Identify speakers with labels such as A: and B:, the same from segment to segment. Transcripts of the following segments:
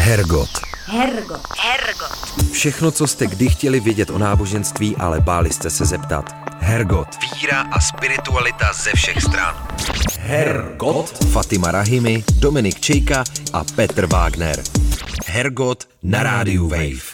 A: Hergot.
B: Hergot.
A: Všechno, co jste kdy chtěli vědět o náboženství, ale báli jste se zeptat. Hergot. Víra a spiritualita ze všech stran. Hergot. Fatima Rahimi, Dominik Čejka a Petr Wagner. Hergot na rádiu Wave.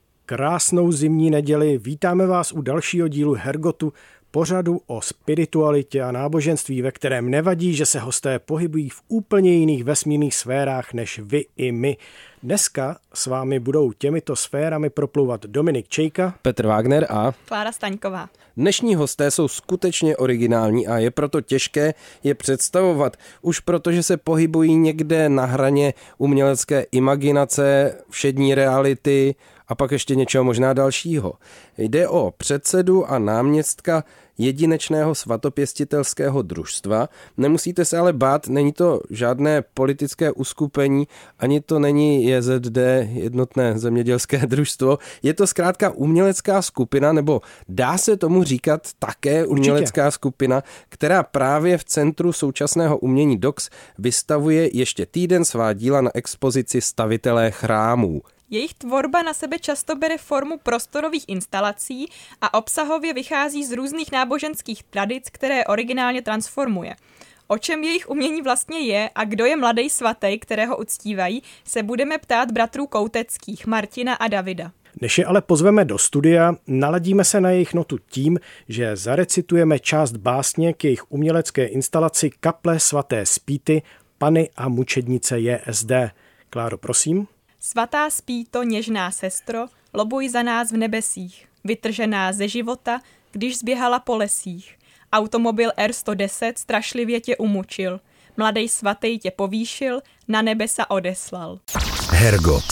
C: Krásnou zimní neděli, vítáme vás u dalšího dílu Hergotu, pořadu o spiritualitě a náboženství, ve kterém nevadí, že se hosté pohybují v úplně jiných vesmírných sférách než vy i my. Dneska s vámi budou těmito sférami proplouvat Dominik Čejka,
D: Petr Wagner a
E: Klára Staňková.
D: Dnešní hosté jsou skutečně originální a je proto těžké je představovat. Už protože se pohybují někde na hraně umělecké imaginace, všední reality a pak ještě něčeho možná dalšího. Jde o předsedu a náměstka jedinečného svatopěstitelského družstva. Nemusíte se ale bát, není to žádné politické uskupení, ani to není JZD, jednotné zemědělské družstvo. Je to zkrátka umělecká skupina, nebo dá se tomu říkat také umělecká skupina, která právě v Centru současného umění DOX vystavuje ještě týden svá díla na expozici Stavitelé chrámů.
E: Jejich tvorba na sebe často bere formu prostorových instalací a obsahově vychází z různých náboženských tradic, které originálně transformuje. O čem jejich umění vlastně je a kdo je mladý svatý, kterého uctívají, se budeme ptát bratrů Kouteckých, Martina a Davida.
C: Než je ale pozveme do studia, naladíme se na jejich notu tím, že zarecitujeme část básně k jejich umělecké instalaci Kaple svaté Spíty, Panny a mučednice JSD. Kláro, prosím.
E: Svatá Spíto, něžná sestro, lobuj za nás v nebesích, vytržená ze života, když zběhala po lesích. Automobil R110 strašlivě tě umučil, mladej svatý tě povýšil, na nebesa odeslal.
A: Hergot.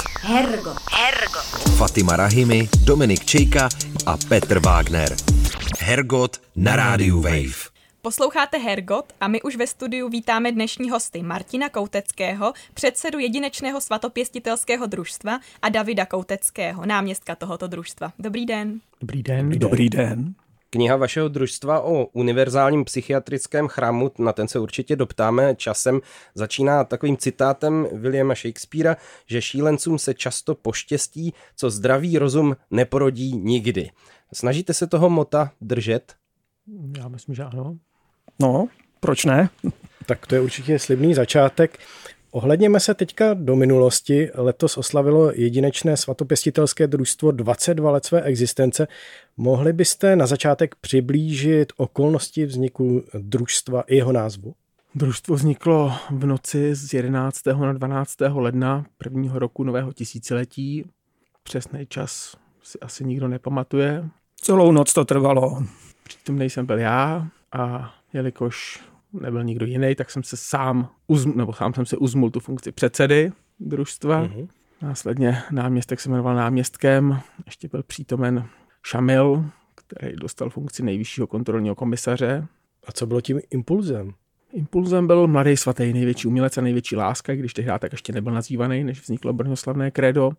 A: Fatima Rahimi, Dominik Čejka a Petr Wagner. Hergot na rádiu Wave.
E: Posloucháte Hergot a my už ve studiu vítáme dnešní hosty Martina Kouteckého, předsedu jedinečného svatopěstitelského družstva a Davida Kouteckého, náměstka tohoto družstva. Dobrý den.
F: Dobrý den.
D: Kniha vašeho družstva o univerzálním psychiatrickém chrámu, na ten se určitě doptáme časem, začíná takovým citátem Williama Shakespearea, že šílencům se často poštěstí, co zdravý rozum neporodí nikdy. Snažíte se toho mota držet?
F: Já myslím, že ano. No, proč ne?
C: Tak to je určitě slibný začátek. Ohledněme se teďka do minulosti. Letos oslavilo jedinečné svatopěstitelské družstvo 22 let své existence. Mohli byste na začátek přiblížit okolnosti vzniku družstva i jeho názvu?
F: Družstvo vzniklo v noci z 11. na 12. ledna prvního roku nového tisíciletí. Přesný čas si asi nikdo nepamatuje.
B: Celou noc to trvalo.
F: Přítomnej jsem byl já a jelikož nebyl nikdo jiný, tak jsem se sám jsem se uzmul tu funkci předsedy družstva. Následně náměstek se jmenoval náměstkem, ještě byl přítomen Šamil, který dostal funkci nejvyššího kontrolního komisaře.
C: A co bylo tím impulzem?
F: Impulzem byl mladý svatý, největší umělec a největší láska, když tehdy tak ještě nebyl nazývaný, než vzniklo brňoslavné krédo.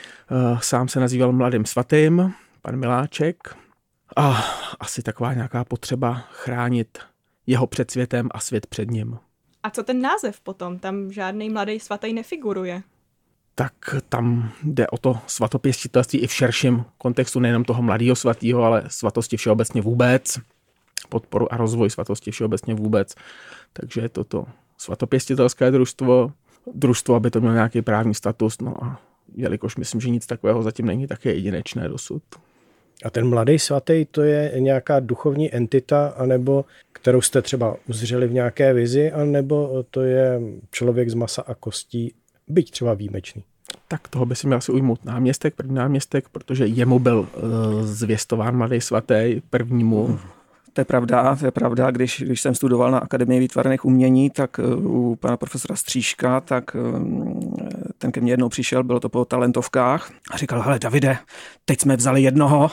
F: Sám se nazýval mladým svatým, pan Miláček. A asi taková nějaká potřeba chránit jeho před světem a svět před ním.
E: A co ten název potom? Tam žádný mladý svatý nefiguruje.
F: Tak tam jde o to svatopěstitelství i v širším kontextu, nejenom toho mladého svatého, ale svatosti všeobecně vůbec, podporu a rozvoj svatosti všeobecně vůbec. Takže je to svatopěstitelské družstvo, aby to mělo nějaký právní status, no a jelikož myslím, že nic takového zatím není, tak je jedinečné dosud.
C: A ten mladý svatý, to je nějaká duchovní entita, anebo kterou jste třeba uzřeli v nějaké vizi, anebo to je člověk z masa a kostí, byť třeba výjimečný?
F: Tak toho by si měl asi ujmout první náměstek, protože jemu byl zvěstován mladý svatý prvnímu.
B: To je pravda. Když jsem studoval na Akademii výtvarných umění, tak u pana profesora Stříška, tak ten ke mně jednou přišel, bylo to po talentovkách a říkal, hele Davide, teď jsme vzali jednoho,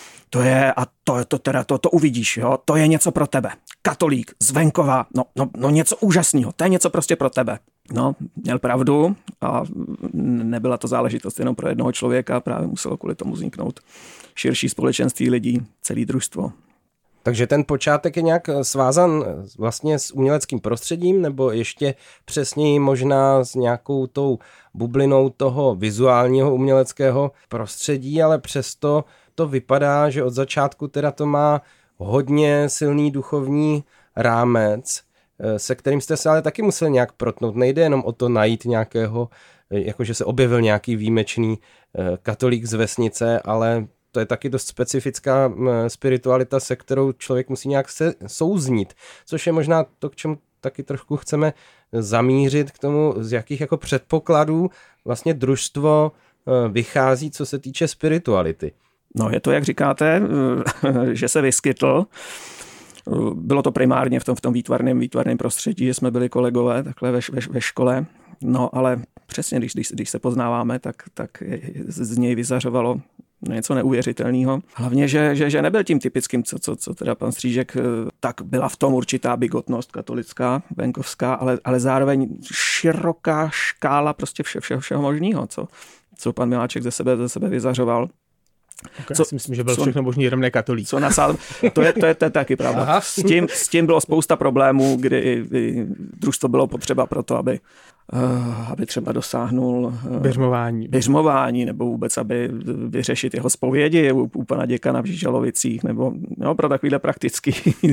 B: to uvidíš, jo, to je něco pro tebe. Katolík, z venkova, no něco úžasného, to je něco prostě pro tebe. No, měl pravdu a nebyla to záležitost jenom pro jednoho člověka, právě muselo kvůli tomu vzniknout širší společenství lidí, celé družstvo.
D: Takže ten počátek je nějak svázan vlastně s uměleckým prostředím, nebo ještě přesněji možná s nějakou tou bublinou toho vizuálního uměleckého prostředí, ale přesto to vypadá, že od začátku teda to má hodně silný duchovní rámec, se kterým jste se ale taky museli nějak protnout. Nejde jenom o to najít nějakého, jakože se objevil nějaký výjimečný katolík z vesnice, ale to je taky dost specifická spiritualita, se kterou člověk musí nějak se souznít, což je možná to, k čemu taky trošku chceme zamířit, k tomu, z jakých jako předpokladů vlastně družstvo vychází, co se týče spirituality.
B: No je to, jak říkáte, že se vyskytl. Bylo to primárně v tom výtvarném prostředí, že jsme byli kolegové takhle ve škole. No ale přesně, když se poznáváme, tak z něj vyzařovalo něco neuvěřitelného. Hlavně, že nebyl tím typickým, co teda pan Střížek, tak byla v tom určitá bigotnost katolická, venkovská, ale zároveň široká škála prostě všeho možného, co pan Miláček ze sebe vyzařoval.
F: Okay, já si myslím, že byl všechno možný, jenom ne katolík.
B: Co nasál, to je taky pravda. S tím bylo spousta problémů, kdy družstvo bylo potřeba pro to, aby třeba dosáhnul běžmování, nebo vůbec, aby vyřešit jeho zpovědi u pana děkana v Žížalovicích, nebo pro takovýhle praktický.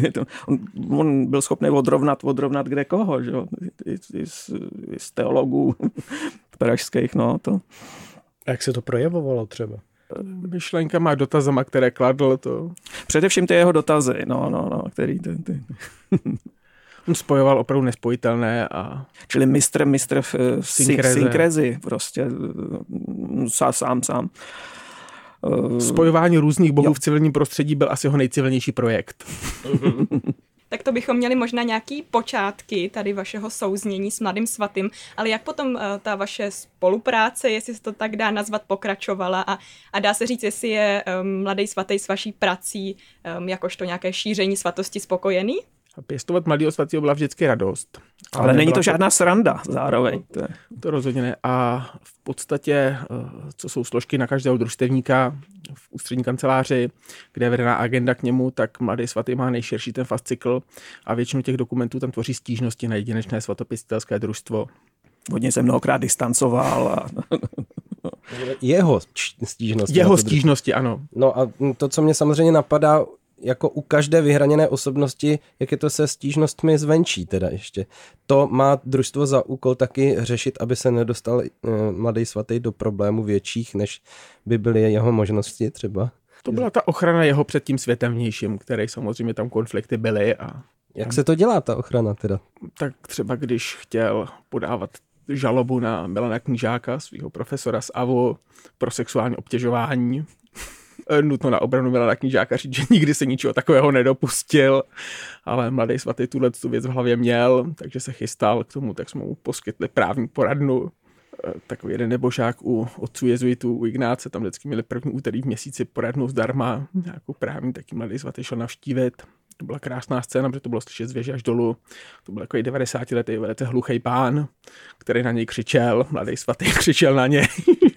B: On byl schopný odrovnat kde koho, že? I z teologů pražských, to.
C: A jak se to projevovalo třeba?
F: Myšlenkama, dotazama, které kladl to.
B: Především ty jeho dotazy, který
F: On spojoval opravdu nespojitelné
B: Čili mistr v synkrezi, prostě sám.
F: Spojování různých bohů v civilním prostředí byl asi jeho nejcivilnější projekt.
E: Tak to bychom měli možná nějaký počátky tady vašeho souznění s Mladým svatým, ale jak potom ta vaše spolupráce, jestli se to tak dá nazvat, pokračovala a dá se říct, jestli je Mladý svatý s vaší prací jakožto nějaké šíření svatosti spokojený?
F: Pěstovat Mladého svatého byla vždycky radost.
B: Ale není to žádná sranda zároveň.
F: To rozhodně ne. A v podstatě, co jsou složky na každého družstevníka v ústřední kanceláři, kde je vedená agenda k němu, tak Mladý svatý má nejširší ten fascikl a většinu těch dokumentů tam tvoří stížnosti na jedinečné svatopěstitelské družstvo.
B: Hodně se mnohokrát distancoval.
D: Jeho
F: stížnosti, ano.
D: No a to, co mě samozřejmě napadá, jako u každé vyhraněné osobnosti, jak je to se stížnostmi zvenčí teda ještě. To má družstvo za úkol taky řešit, aby se nedostal Mladý svatý do problémů větších, než by byly jeho možnosti třeba.
F: To byla ta ochrana jeho před tím světem vnějším, který samozřejmě tam konflikty byly.
D: Jak se to dělá, ta ochrana teda?
F: Tak třeba když chtěl podávat žalobu na Milana Knížáka, svého profesora z AVU, pro sexuální obtěžování, nutno na obranu Milana Knížáka říct, že nikdy se ničeho takového nedopustil, ale Mladý svatý tu věc v hlavě měl, takže se chystal k tomu, tak jsme mu poskytli právní poradnu. Takový jeden nebožák u otců jezuitů, u Ignáce, tam vždycky měli první úterý v měsíci poradnu zdarma, nějakou právní, taky Mladý svatý šel navštívit. To byla krásná scéna, protože to bylo slyšet z věže až dolů. To byl jako 90letý velice hluchý pán, který na něj křičel, Mladý svatý křičel na něj.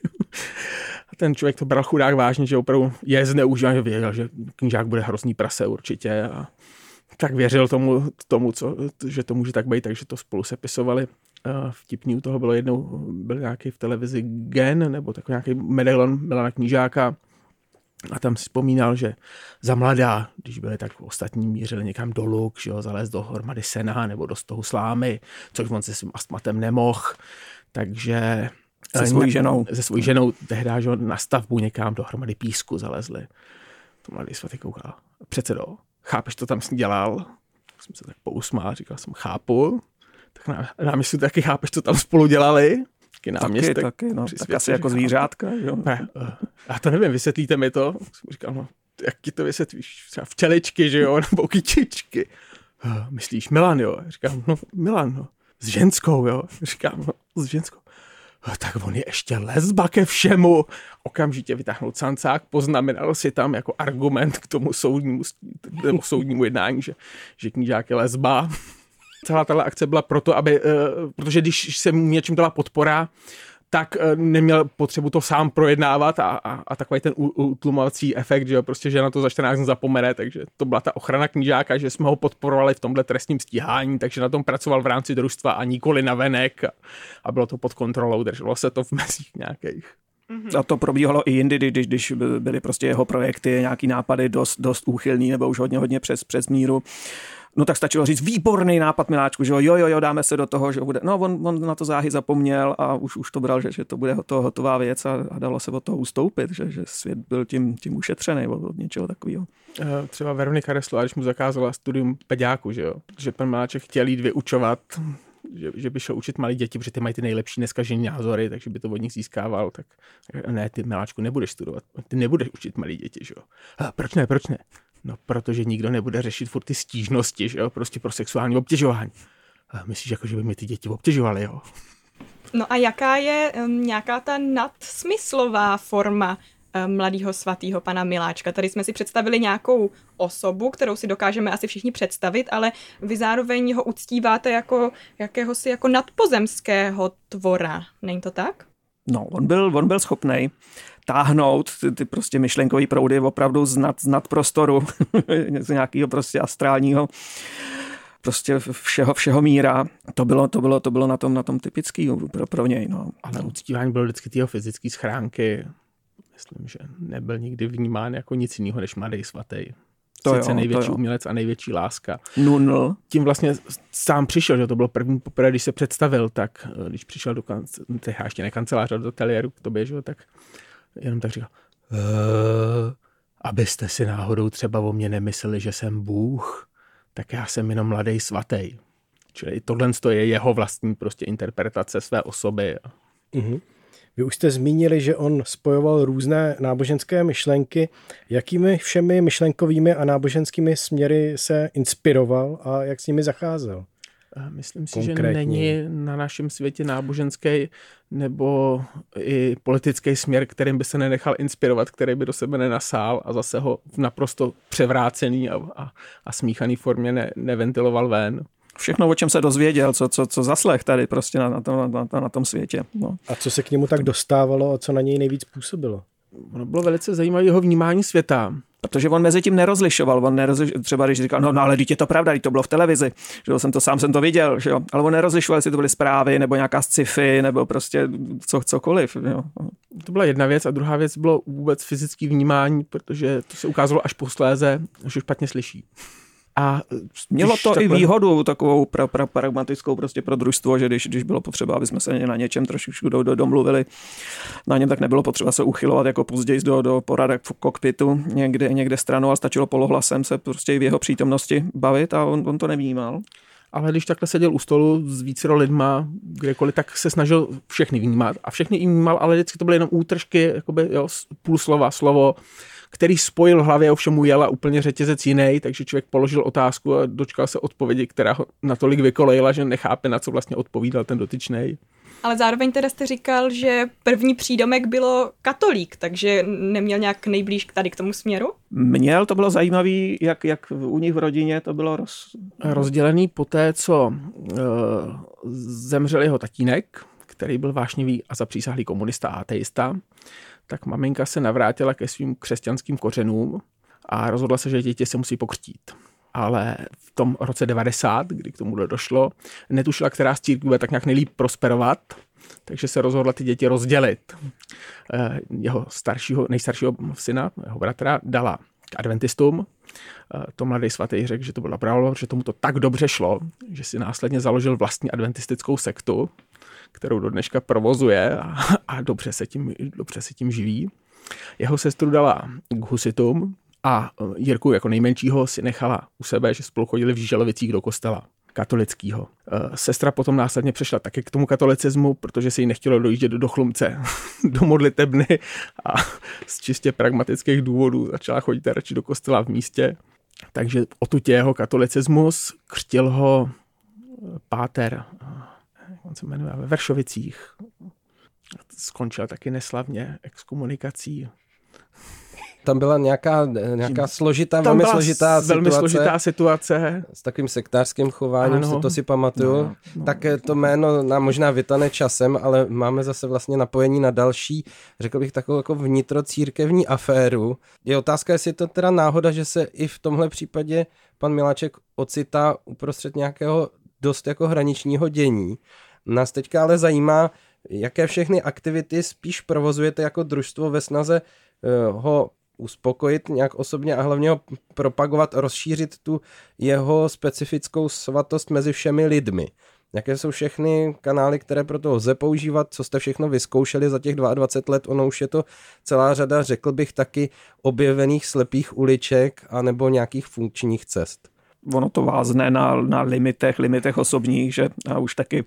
F: A ten člověk to bral chudák vážně, že opravdu je zneužíván, že věděl, že Knížák bude hrozný prase určitě. A tak věřil tomu že to může tak být, takže to spolu sepisovali. Vtipný u toho byl nějaký v televizi Gen, nebo takový nějaký medailon Milana Knížáka. A tam si vzpomínal, že za mladá, když byli tak ostatní mířili někam dolů, že jo, zalézt do hromady sena nebo do stohu slámy, což on se svým astmatem nemohl, takže se svojí ženou tehdy, že na stavbu někam do hromady písku zalezli. To Mladý svatý koukal. Předsedo, chápeš, to tam s ní dělal? Jsem se tak pousmál, říkal jsem, chápu. Tak náměstí taky chápeš, co tam spolu dělali?
B: Taky, no. Tak asi jako zvířátka. Jo?
F: Ne, já to nevím, vysvětlíte mi to? Jsem říkal, jak ti to vysvětlíš? Třeba včeličky, že jo, nebo kytičky. Myslíš Milan, jo? Říkám, Milan, no. S ženskou, jo? Říkám, s ženskou. Tak on je ještě lesba ke všemu. Okamžitě vytáhnul cancák, poznamenal si tam jako argument k tomu soudnímu jednání, že Knížák je lesba. Celá tato akce byla proto, protože když se mu něčím dala podpora, tak neměl potřebu to sám projednávat a takový ten utlumovací efekt, že jo, prostě, že na to za 14 dní zapomene, takže to byla ta ochrana knížáka, že jsme ho podporovali v tomhle trestním stíhání, takže na tom pracoval v rámci družstva a nikoli navenek a bylo to pod kontrolou, drželo se to v mezích nějakých.
B: A to probíhalo i jindy, když byly prostě jeho projekty, nějaký nápady dost úchylný nebo už hodně přes míru. No tak stačilo říct, výborný nápad, miláčku, že jo, dáme se do toho, že bude. No on na to záhy zapomněl a už to bral, že to bude hotová věc a dalo se od toho ustoupit, že svět byl tím ušetřený od něčeho takového.
F: Třeba Veronika Resslová, když mu zakázala studium peďáku, že jo, protože pan Miláček chtěl jít vyučovat, že by šel učit malé děti, protože ty mají ty nejlepší neskažený názory, takže by to od nich získával, tak ne, ty, Miláčku, nebudeš studovat, ty nebudeš učit malé děti, že jo. Proč ne? No, protože nikdo nebude řešit furt ty stížnosti, že jo, prostě pro sexuální obtěžování. Myslíš, jako, že by mi ty děti obtěžovaly, jo?
E: No a jaká je nějaká ta nadsmyslová forma mladého svatého pana Miláčka? Tady jsme si představili nějakou osobu, kterou si dokážeme asi všichni představit, ale vy zároveň ho uctíváte jako jakéhosi jako nadpozemského tvora. Není to tak?
B: No, on byl schopnej táhnout ty prostě myšlenkový proudy opravdu z nadprostoru, z nějakého prostě astrálního prostě všeho míra. To bylo na tom typický pro něj. No.
F: Ale uctívání bylo vždycky tyho fyzické schránky. Myslím, že nebyl nikdy vnímán jako nic jiného než mladý svatý. Sice největší umělec a největší láska.
B: No.
F: Tím vlastně sám přišel, že to bylo první poprvé, když se představil, tak když přišel do ještě ne kanceláře, do ateliéru k tobě, že, tak jenom tak říkal, abyste si náhodou třeba o mě nemysleli, že jsem Bůh, tak já jsem jenom mladý svatý. Čili tohle je jeho vlastní prostě interpretace své osoby.
C: Mhm. Vy už jste zmínili, že on spojoval různé náboženské myšlenky. Jakými všemi myšlenkovými a náboženskými směry se inspiroval a jak s nimi zacházel?
F: Myslím si, že není na našem světě náboženský nebo i politický směr, kterým by se nenechal inspirovat, který by do sebe nenasál a zase ho v naprosto převrácený a smíchaný formě neventiloval ven.
B: Všechno, o čem se dozvěděl, co zaslech tady prostě na tom světě. No.
C: A co se k němu tak dostávalo a co na něj nejvíc působilo?
F: Ono bylo velice zajímavé jeho vnímání světa.
B: Protože on mezi tím nerozlišoval. Třeba když říkal, no ale teď je to pravda, teď to bylo v televizi, že sám jsem to viděl, že jo. Ale on nerozlišoval, jestli to byly zprávy, nebo nějaká sci-fi, nebo prostě cokoliv. Jo.
F: To byla jedna věc a druhá věc bylo vůbec fyzické vnímání, protože to se ukázalo až posléze, že špatně slyší. A
B: mělo to i výhodu takovou pragmatickou prostě pro družstvo, že když bylo potřeba, aby jsme se na něčem trošku domluvili na něm, tak nebylo potřeba se uchylovat jako později do poradek v kokpitu někde stranou, a stačilo polohlasem se prostě i v jeho přítomnosti bavit a on to nevnímal.
F: Ale když takhle seděl u stolu s vícero lidma, kdekoliv, tak se snažil všechny vnímat a všechny i vnímal, ale vždycky to byly jenom útržky, jakoby, jo, půl slova, slovo, který spojil v hlavě, ovšem mu jela úplně řetězec jiný, takže člověk položil otázku a dočkal se odpovědi, která ho natolik vykolejila, že nechápe, na co vlastně odpovídal ten dotyčnej.
E: Ale zároveň teda jste říkal, že první přídomek bylo katolík, takže neměl nějak nejblíž tady k tomu směru?
B: Měl, to bylo zajímavý, jak u nich v rodině to bylo
F: rozdělený poté, co zemřel jeho tatínek, který byl vášnivý a zapřísahlý komunista a ateista, tak maminka se navrátila ke svým křesťanským kořenům a rozhodla se, že děti se musí pokřtít. Ale v tom roce 90, kdy k tomu došlo, netušila, která z církví bude tak nějak nejlíp prosperovat, takže se rozhodla ty děti rozdělit. Jeho nejstaršího syna, jeho bratra, dala k adventistům. To mladý svatý řekl, že to bylo pravda, že tomu to tak dobře šlo, že si následně založil vlastní adventistickou sektu, kterou do dneška provozuje a dobře se tím živí. Jeho sestru dala k husitům a Jirku jako nejmenšího si nechala u sebe, že spolu chodili v Žíželovicích do kostela katolického. Sestra potom následně přešla taky k tomu katolicismu, protože se jí nechtělo dojíždět do Chlumce, do modlitebny a z čistě pragmatických důvodů začala chodit radši do kostela v místě. Takže odtud je jeho katolicismus, křtil ho páter, on se jmenuje, ve Vršovicích. Skončil taky neslavně exkomunikací.
D: tam byla nějaká složitá, velmi složitá situace. S takovým sektářským chováním, to si pamatuju. No. Tak to jméno nám možná vytane časem, ale máme zase vlastně napojení na další, řekl bych, takovou jako vnitrocírkevní aféru. Je otázka, jestli je to teda náhoda, že se i v tomhle případě pan Miláček ocitá uprostřed nějakého dost jako hraničního dění. Nás teďka ale zajímá, jaké všechny aktivity spíš provozujete jako družstvo ve snaze ho uspokojit nějak osobně a hlavně ho propagovat, rozšířit tu jeho specifickou svatost mezi všemi lidmi. Jaké jsou všechny kanály, které pro to lze používat, co jste všechno vyzkoušeli za těch 22 let, ono už je to celá řada, řekl bych, taky objevených slepých uliček anebo nějakých funkčních cest.
B: Ono to vázne na limitech osobních, že a už taky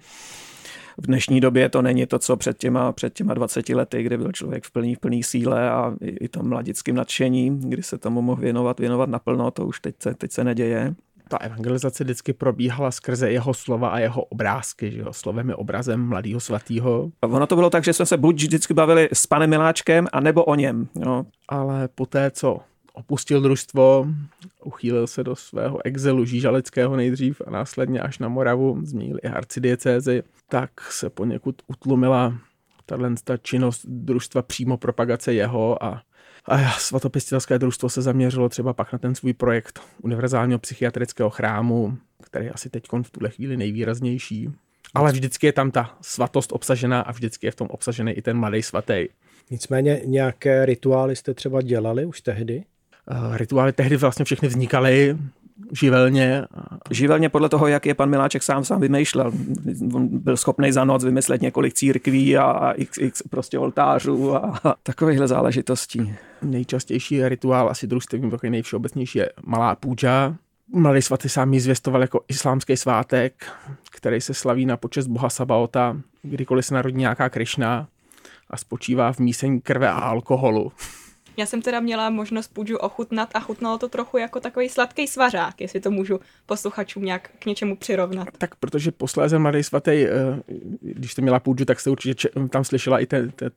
B: v dnešní době to není to, co před těma 20 lety, kdy byl člověk v plný síle a i tom mladickým nadšení, kdy se tomu mohl věnovat naplno, to už teď se neděje.
F: Ta evangelizace vždycky probíhala skrze jeho slova a jeho obrázky, že jo? Slovem je obrazem mladého svatého.
B: Ono to bylo tak, že jsme se buď vždycky bavili s panem Miláčkem, anebo o něm. Jo.
F: Ale poté, co opustil družstvo, uchýlil se do svého exilu žížaleckého nejdřív a následně až na Moravu, změnil i arcidiecézi, tak se poněkud utlumila ta činnost družstva přímo propagace jeho a Svatopěstitelské družstvo se zaměřilo třeba pak na ten svůj projekt univerzálního psychiatrického chrámu, který je asi teď v tuhle chvíli nejvýraznější. Ale vždycky je tam ta svatost obsažená a vždycky je v tom obsažený i ten mladý svatý.
C: Nicméně nějaké rituály jste třeba dělali už tehdy?
F: Rituály tehdy vlastně všechny vznikaly živelně.
B: Živelně podle toho, jak je pan Miláček sám vymýšlel. On byl schopný za noc vymyslet několik církví a x prostě oltářů a takovýchhle záležitostí.
F: Nejčastější rituál asi družstevní, takový nejvšeobecnější je malá půdža. Mladý svatý sám ji zvěstoval jako islámský svátek, který se slaví na počest boha Sabaota, kdykoliv se narodí nějaká Krišna a spočívá v mísení krve a alkoholu.
E: Já jsem teda měla možnost půdžu ochutnat a chutnalo to trochu jako takový sladký svařák, jestli to můžu posluchačům nějak k něčemu přirovnat.
F: Tak protože posléze mladý svatý, když jste měla půdžu, tak jste určitě tam slyšela i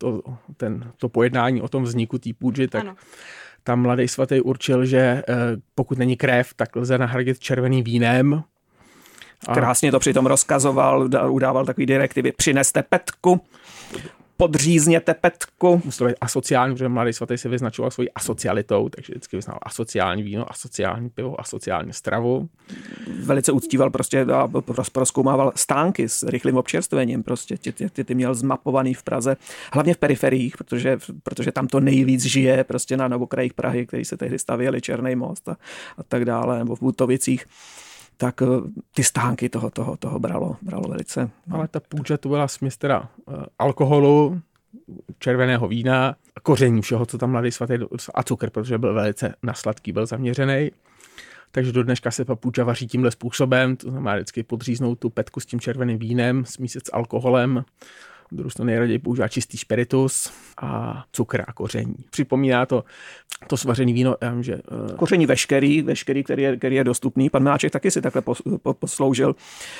F: to pojednání o tom vzniku té půdži, tak ano. Tam mladý svatý určil, že pokud není krev, tak lze nahradit červeným vínem.
B: Krásně to přitom rozkazoval, udával takový direktivy, přineste petku, podřízněte petku.
F: Musel být asociální, protože mladý svatý se vyznačoval svojí asocialitou, takže vždycky vyznal asociální víno, asociální pivo, asociální stravu.
B: Velice uctíval prostě a prozkoumával stánky s rychlým občerstvením. Prostě ty měl zmapovaný v Praze, hlavně v periferiích, protože tam to nejvíc žije, prostě na okrajích Prahy, který se tehdy stavěli, Černý most a tak dále, nebo v Butovicích. Tak ty stánky toho bralo velice.
F: Ale ta půdža to byla směs teda alkoholu, červeného vína, koření všeho, co tam mladý svatý a cukr, protože byl velice na sladký, byl zaměřený. Takže do dneška se ta půdža vaří tímhle způsobem, to znamená vždycky podříznout tu petku s tím červeným vínem, smísit s alkoholem. Družstvo nejraději používá čistý spiritus a cukr a koření. Připomíná to svařený víno, že...
B: Koření veškerý, který je dostupný. Pan Miláček taky si takhle posloužil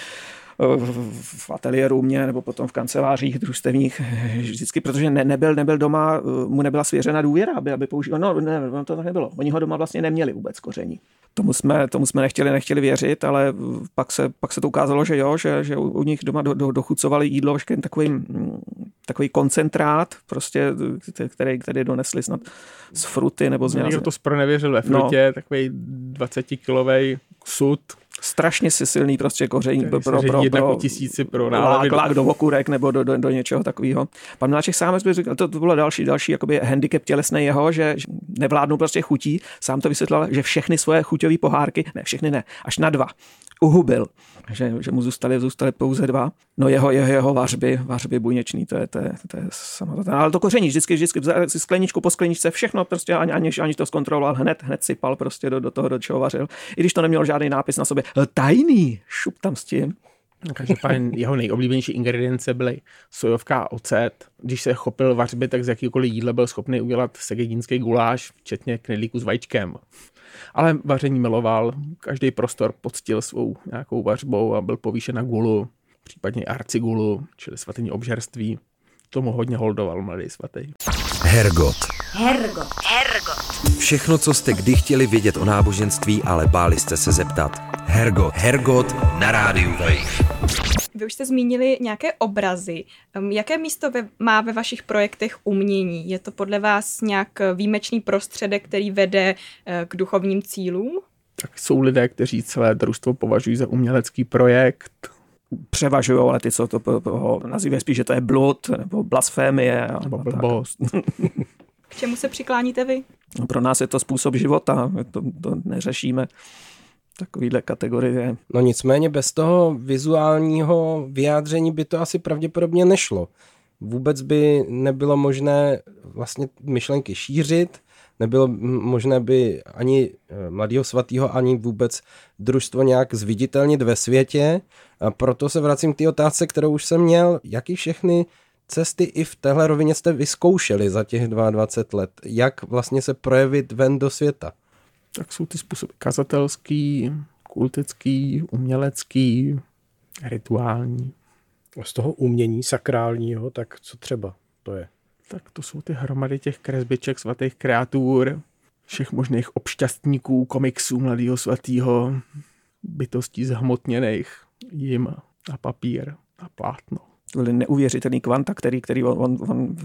B: v ateliéru mě nebo potom v kancelářích družstevních vždycky, protože nebyl doma, mu nebyla svěřena důvěra, aby používal. No, ne, to tak nebylo. Oni ho doma vlastně neměli vůbec koření. Tomu jsme nechtěli věřit, ale pak se to ukázalo, že jo, že u nich doma dochucovali jídlo veškerým takový koncentrát, prostě, který donesli snad z fruty nebo z
F: někdo to zpronevěřil ve frutě, takový 20-kilovej sud.
B: Strašně silný prostě koření
F: pro tisíci pro
B: lák do okurek nebo do něčeho takového. Pan Miláček sám říkal, to bylo další jakoby handicap tělesný jeho, že nevládnul prostě chutí. Sám to vysvětlil, že všechny svoje chuťové pohárky, ne všechny ne, až na 2 uhubil. Že mu zůstaly pouze 2. No jeho vařby buněčný, to je samozřejmě. Ale to koření vždycky si skleničku po skleničce, všechno prostě aniž to zkontroloval, hned sypal prostě do toho, do čeho vařil. I když to nemělo žádný nápis na sobě. Tajný, šup tam s tím.
F: Každopádně jeho nejoblíbenější ingredience byly sojovka a ocet. Když se chopil vařby, tak z jakýkoliv jídla byl schopný udělat segedínský guláš, včetně knedlíku s vajíčkem. Ale vaření miloval, každý prostor poctil svou nějakou vařbou a byl povýšen na gulu, případně arcigulu, čili svatyní obžerství. Tomu hodně holdoval mladý svatý.
A: Hergot.
G: Hergot.
A: Všechno, co jste kdy chtěli vědět o náboženství, ale báli jste se zeptat. Hergot na rádiu Wave.
E: Vy už jste zmínili nějaké obrazy. Jaké místo má ve vašich projektech umění? Je to podle vás nějak výjimečný prostředek, který vede k duchovním cílům?
F: Tak jsou lidé, kteří celé družstvo považují za umělecký projekt.
B: Převažují, ale ty, co to nazývají spíš, že to je blud, nebo blasfémie.
F: Nebo blbost.
E: K čemu se přikláníte vy?
B: No, pro nás je to způsob života, to neřešíme takovýhle kategorie.
D: No nicméně bez toho vizuálního vyjádření by to asi pravděpodobně nešlo. Vůbec by nebylo možné vlastně myšlenky šířit, nebylo možné by ani Mladýho svatýho, ani vůbec družstvo nějak zviditelnit ve světě. A proto se vracím k té otázce, kterou už jsem měl. Jaký všechny cesty i v téhle rovině jste vyzkoušeli za těch 22 let? Jak vlastně se projevit ven do světa?
F: Tak jsou ty způsoby kazatelský, kultický, umělecký, rituální.
C: Z toho umění sakrálního, tak co třeba to je?
F: Tak to jsou ty hromady těch kresbiček, svatých kreatur, všech možných obšťastníků, komiksů Mladýho svatýho, bytostí zhmotněných jim na papír, na plátno.
B: To byly neuvěřitelný kvanta, který on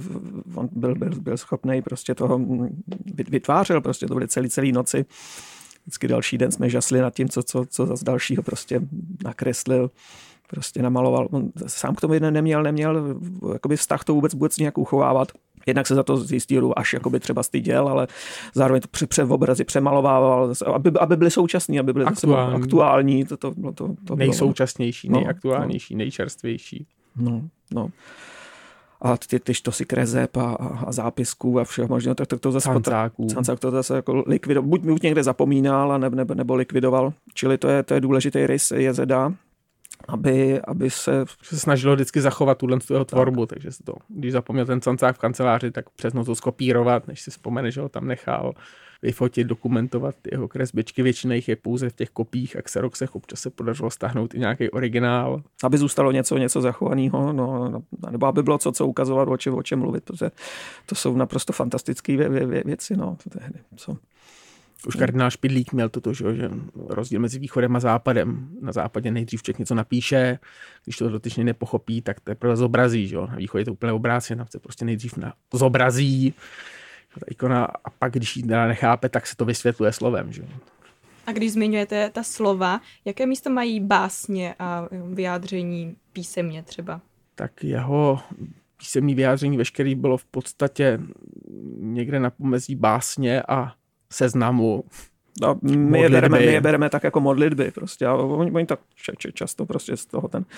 B: byl schopný prostě toho vytvářel, prostě to byly celý noci. Vždycky další den jsme žasli nad tím, co zase dalšího prostě nakreslil, prostě namaloval. On sám k tomu neměl jakoby vztah to vůbec nějak uchovávat. Jednak se za to z jistého až jakoby třeba styděl, ale zároveň to obrazy přemalovával, aby byly současní, aby byly aktuální. To
F: nejsoučasnější, nejaktuálnější, nejčerstvější.
B: No. A ty štosy kreseb a zápisků a všeho možného, tak to zase Cancák to zase jako likvidoval. Buď někde zapomínal, nebo likvidoval. Čili to je důležitý rys JZD, aby se
F: snažilo vždycky zachovat tuhle jeho tvorbu, takže se to, když zapomněl ten Cancák v kanceláři, tak přes noc to skopírovat, než si vzpomene, že ho tam nechal vyfotit, dokumentovat jeho kresbičky. Většina jich je pouze v těch kopiích a xeroxech, občas se podařilo stáhnout i nějaký originál.
B: Aby zůstalo něco zachovaného, nebo aby bylo co ukazovat, o čem mluvit, protože to jsou naprosto fantastické věci.
F: Už kardinál Špidlík měl toto, že rozdíl mezi východem a západem. Na západě nejdřív člověk něco napíše, když to dotyčně nepochopí, tak teprve zobrazí. Že? Na východě je to úplně obráceně, tam se prostě nejdřív zobrazí ta ikona a pak, když ji nechápe, tak se to vysvětluje slovem. Že?
E: A když zmiňujete ta slova, jaké místo mají básně a vyjádření písemně třeba?
F: Tak jeho písemné vyjádření veškerý bylo v podstatě někde na pomezí básně a seznamu.
B: No, my je bereme tak jako modlitby prostě. A oni tak často prostě z toho ten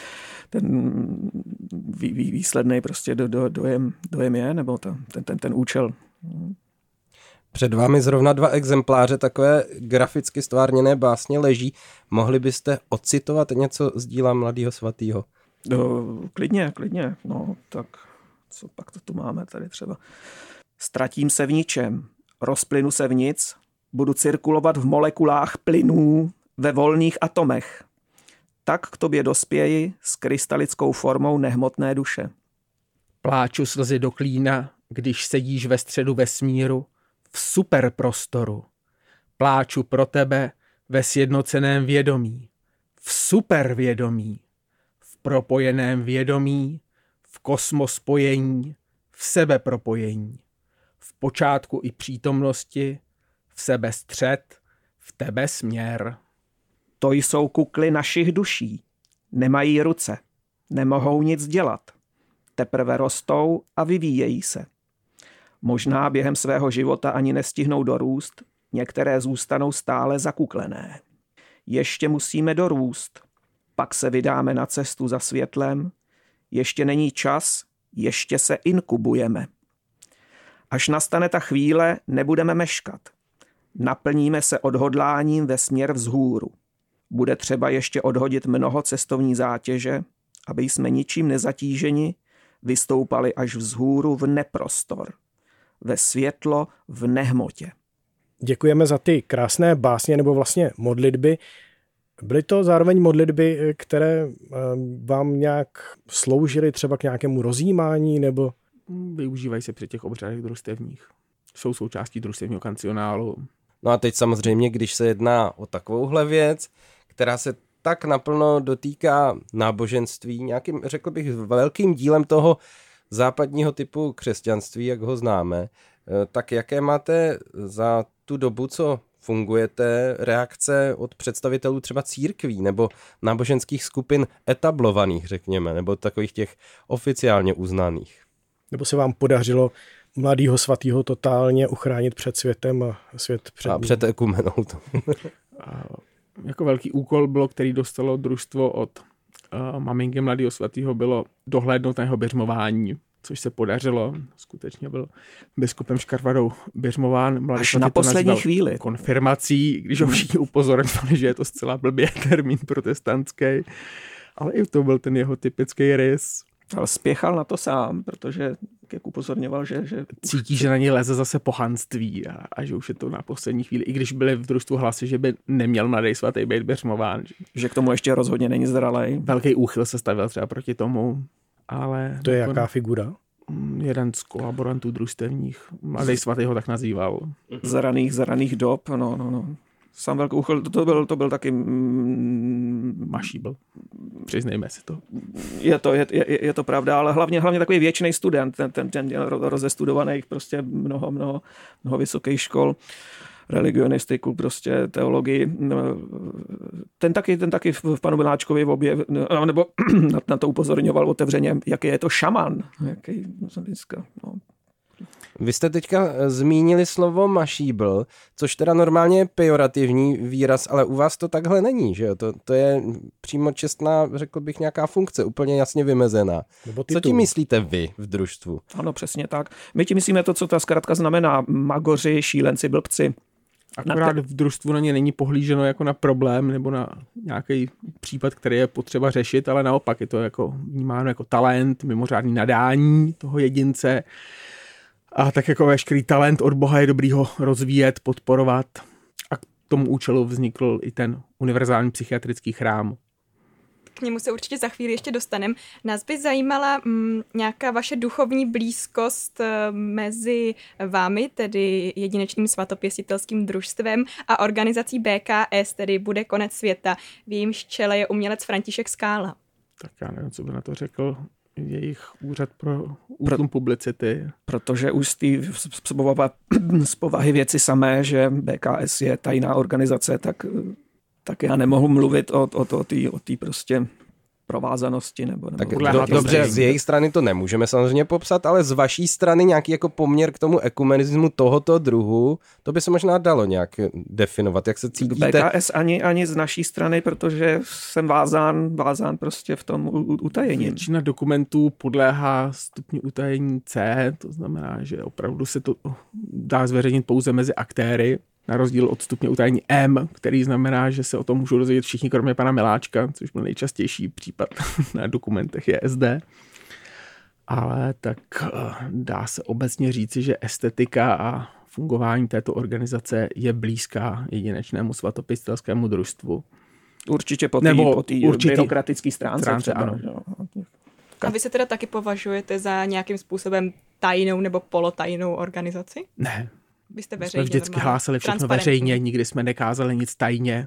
B: výsledný prostě dojem je, nebo ten účel.
D: Před vámi zrovna 2 exempláře takové graficky stvárněné básně leží. Mohli byste ocitovat něco z díla Mladýho svatýho?
B: Klidně. No, tak co pak to tu máme tady třeba? Ztratím se v ničem, rozplynu se v nic, budu cirkulovat v molekulách plynů ve volných atomech. Tak k tobě dospěji s krystalickou formou nehmotné duše.
F: Pláču slzy do klína, když sedíš ve středu vesmíru, v superprostoru. Pláču pro tebe ve sjednoceném vědomí, v supervědomí, v propojeném vědomí, v kosmospojení, v sebepropojení, v počátku i přítomnosti, v sebe střed, v tebe směr.
B: To jsou kukly našich duší. Nemají ruce, nemohou nic dělat. Teprve rostou a vyvíjejí se. Možná během svého života ani nestihnou dorůst, některé zůstanou stále zakuklené. Ještě musíme dorůst, pak se vydáme na cestu za světlem, ještě není čas, ještě se inkubujeme. Až nastane ta chvíle, nebudeme meškat. Naplníme se odhodláním ve směr vzhůru. Bude třeba ještě odhodit mnoho cestovní zátěže, aby jsme ničím nezatíženi vystoupali až vzhůru v neprostor, ve světlo v nehmotě.
C: Děkujeme za ty krásné básně nebo vlastně modlitby. Byly to zároveň modlitby, které vám nějak sloužily třeba k nějakému rozjímání nebo...
F: využívají se při těch obřadech družstevních. Jsou součástí družstevního kancionálu.
D: No a teď samozřejmě, když se jedná o takovouhle věc, která se tak naplno dotýká náboženství, nějakým, řekl bych, velkým dílem toho západního typu křesťanství, jak ho známe, tak jaké máte za tu dobu, co fungujete, reakce od představitelů třeba církví nebo náboženských skupin etablovaných, řekněme, nebo takových těch oficiálně uznaných?
C: Nebo se vám podařilo mladýho svatýho totálně uchránit před světem a svět před ním?
D: A před ekumenou.
F: Jako velký úkol bylo, který dostalo družstvo od maminky mladýho svatýho, bylo dohlédnout na jeho běžmování, což se podařilo. Skutečně byl biskupem Škarvadou běžmován.
B: Až na poslední chvíli.
F: Konfirmací, když ho všichni upozorňovali, že je to zcela blbě termín protestantský. Ale i to byl ten jeho typický rys.
B: Ale spěchal na to sám, protože jak upozorňoval, že
F: cítí, že na něj leze zase pohanství a že už je to na poslední chvíli. I když byly v družstvu hlasy, že by neměl mladý svatý být běžmován.
B: Že k tomu ještě rozhodně není zralej.
F: Velký úchyl se stavil třeba proti tomu. Ale
C: to je jaká figura?
F: Jeden z kolaborantů družstevních. Mladý svatý ho tak nazýval.
B: Zraných dob, no. Sám velký úchyl, to byl taky
F: Mašíbl. Přiznejme si to.
B: Je to pravda, ale hlavně takový věčný student, ten rozestudovaných prostě mnoho vysokých škol, religionistiku, prostě teologii. Ten taky v panu Miláčkovi nebo na to upozorňoval otevřeně, jaký je to šaman. Jaký, no.
D: Vy jste teďka zmínili slovo mašíbl, což teda normálně je pejorativní výraz, ale u vás to takhle není, že jo? To je přímo čestná, řekl bych, nějaká funkce, úplně jasně vymezená. Co tím myslíte vy v družstvu?
B: Ano, přesně tak. My tím myslíme to, co ta zkratka znamená. Magoři, šílenci, blbci.
F: Akorát v družstvu na ně není pohlíženo jako na problém nebo na nějaký případ, který je potřeba řešit, ale naopak je to jako vnímáno jako talent, mimořádný nadání toho jedince. A tak jako veškerý talent od Boha je dobrý ho rozvíjet, podporovat. A k tomu účelu vznikl i ten univerzální psychiatrický chrám.
E: K němu se určitě za chvíli ještě dostaneme. Nás by zajímala nějaká vaše duchovní blízkost mezi vámi, tedy jedinečným svatopěstitelským družstvem, a organizací BKS, tedy Bude konec světa. V jejímž čele je umělec František Skála.
F: Tak já nevím, co by na to řekl jejich úřad pro útlum publicity.
B: Protože už z povahy věci samé, že BKS je tajná organizace, tak já nemohu mluvit o té prostě provázanosti. Nebo
D: dobře, z jejich strany to nemůžeme samozřejmě popsat, ale z vaší strany nějaký jako poměr k tomu ekumenismu tohoto druhu, to by se možná dalo nějak definovat, jak se cítíte.
B: BKS ani z naší strany, protože jsem vázán prostě v tom utajení.
F: Většina dokumentů podléhá stupni utajení C, to znamená, že opravdu se to dá zveřejnit pouze mezi aktéry, na rozdíl od stupně utajení M, který znamená, že se o tom můžou dozvědět všichni, kromě pana Miláčka, což byl nejčastější případ na dokumentech je SD. Ale tak dá se obecně říci, že estetika a fungování této organizace je blízká jedinečnému svatopěstitelskému družstvu.
B: Určitě po té byrokratické stránce.
F: Ano.
E: A vy se teda taky považujete za nějakým způsobem tajnou nebo polotajnou organizaci?
F: Ne.
E: Vy jste veřejně,
F: jsme vždycky hlásili všechno veřejně, nikdy jsme nekázali nic tajně.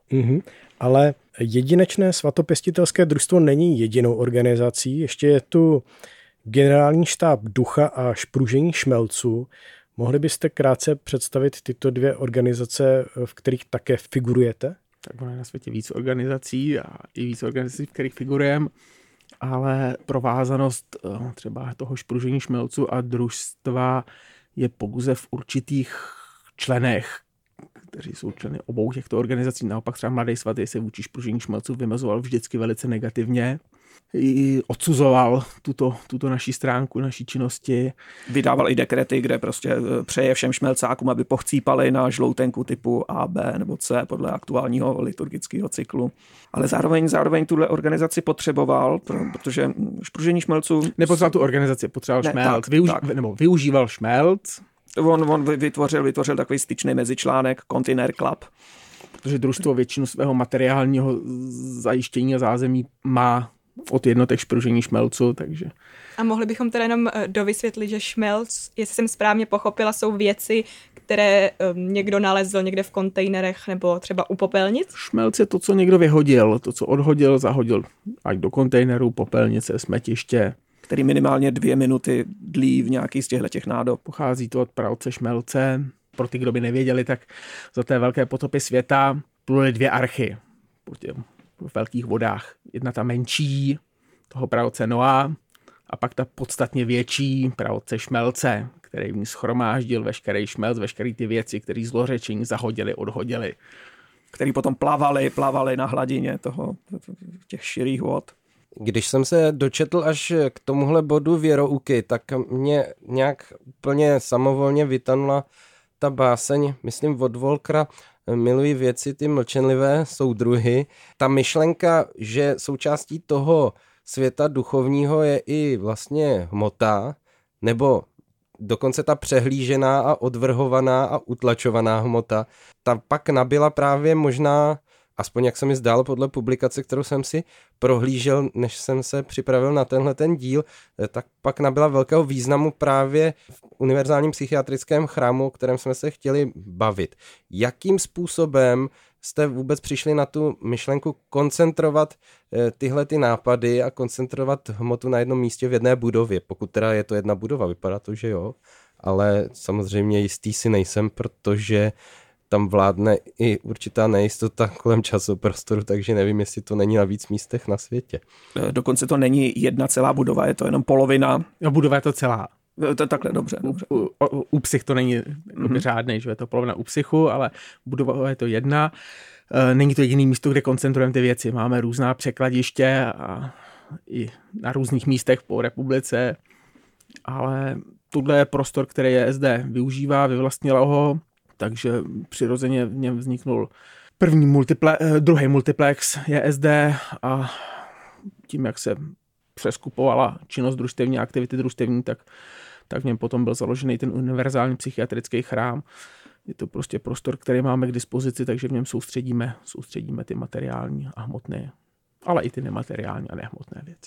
C: Ale jedinečné svatopěstitelské družstvo není jedinou organizací, ještě je tu generální štáb ducha a špružení šmelců. Mohli byste krátce představit tyto dvě organizace, v kterých také figurujete?
F: Tak ono je na světě víc organizací a i víc organizací, v kterých figurujeme, ale provázanost třeba toho špružení šmelců a družstva je pouze v určitých členech, kteří jsou členy obou těchto organizací. Naopak třeba Mladý svatý se vůči špružení šmelců vymezoval vždycky velice negativně. I odsuzoval tuto naší stránku, naší činnosti.
B: Vydával i dekrety, kde prostě přeje všem šmelcákům, aby pochcípali na žloutenku typu A, B nebo C podle aktuálního liturgického cyklu. Ale zároveň tuhle organizaci potřeboval, protože špružení šmelců...
F: Nepotřeboval tu organizaci, potřeboval šmelc. Využíval šmelc.
B: On vytvořil takový styčný mezičlánek Container Club.
F: Protože družstvo většinu svého materiálního zajištění a zázemí má od jednotek špružení šmelcu, takže...
E: A mohli bychom teda jenom dovysvětlit, že šmelc, jestli jsem správně pochopila, jsou věci, které někdo nalezl někde v kontejnerech nebo třeba u popelnic?
F: Šmelc je to, co někdo vyhodil, to, co odhodil, zahodil ať do kontejneru, popelnice, smetiště.
B: Který minimálně 2 minuty dlí v nějaký z těchto nádob.
F: Pochází to od praotce šmelce. Pro ty, kdo by nevěděli, tak za té velké potopy světa pluly 2 archy v velkých vodách. Jedna ta menší, toho praotce Noa, a pak ta podstatně větší praotce šmelce, který v ní shromáždil veškerý šmelc, veškerý ty věci, který zlořečení zahodili, odhodili.
B: Který potom plavali na hladině těch širých vod.
D: Když jsem se dočetl až k tomuhle bodu věrouky, tak mě nějak úplně samovolně vytanula ta báseň, myslím od Volkra, Miluji věci, ty mlčenlivé soudruhy. Ta myšlenka, že součástí toho světa duchovního je i vlastně hmota, nebo dokonce ta přehlížená a odvrhovaná a utlačovaná hmota, ta pak nabyla právě možná, aspoň jak se mi zdálo podle publikace, kterou jsem si prohlížel, než jsem se připravil na tenhle ten díl, tak pak nabyla velkého významu právě v univerzálním psychiatrickém chrámu, o kterém jsme se chtěli bavit. Jakým způsobem jste vůbec přišli na tu myšlenku koncentrovat tyhle ty nápady a koncentrovat hmotu na jednom místě v jedné budově? Pokud teda je to jedna budova, vypadá to, že jo, ale samozřejmě jistý si nejsem, protože tam vládne i určitá nejistota kolem časoprostoru, takže nevím, jestli to není na víc místech na světě.
B: Dokonce to není jedna celá budova, je to jenom polovina.
F: No, budova je to celá.
B: To takhle, dobře.
F: U Psych to není řádnej, že je to polovina u Psychu, ale budova je to jedna. Není to jediný místo, kde koncentrujeme ty věci. Máme různá překladiště a i na různých místech po republice, ale tohle je prostor, který SD využívá, vyvlastnila ho, takže přirozeně v něm vzniknul druhý multiplex je SD a tím, jak se přeskupovala činnost družstevní, aktivity družstevní, tak v něm potom byl založený ten univerzální psychiatrický chrám. Je to prostě prostor, který máme k dispozici, takže v něm soustředíme ty materiální a hmotné, ale i ty nemateriální a nehmotné věci.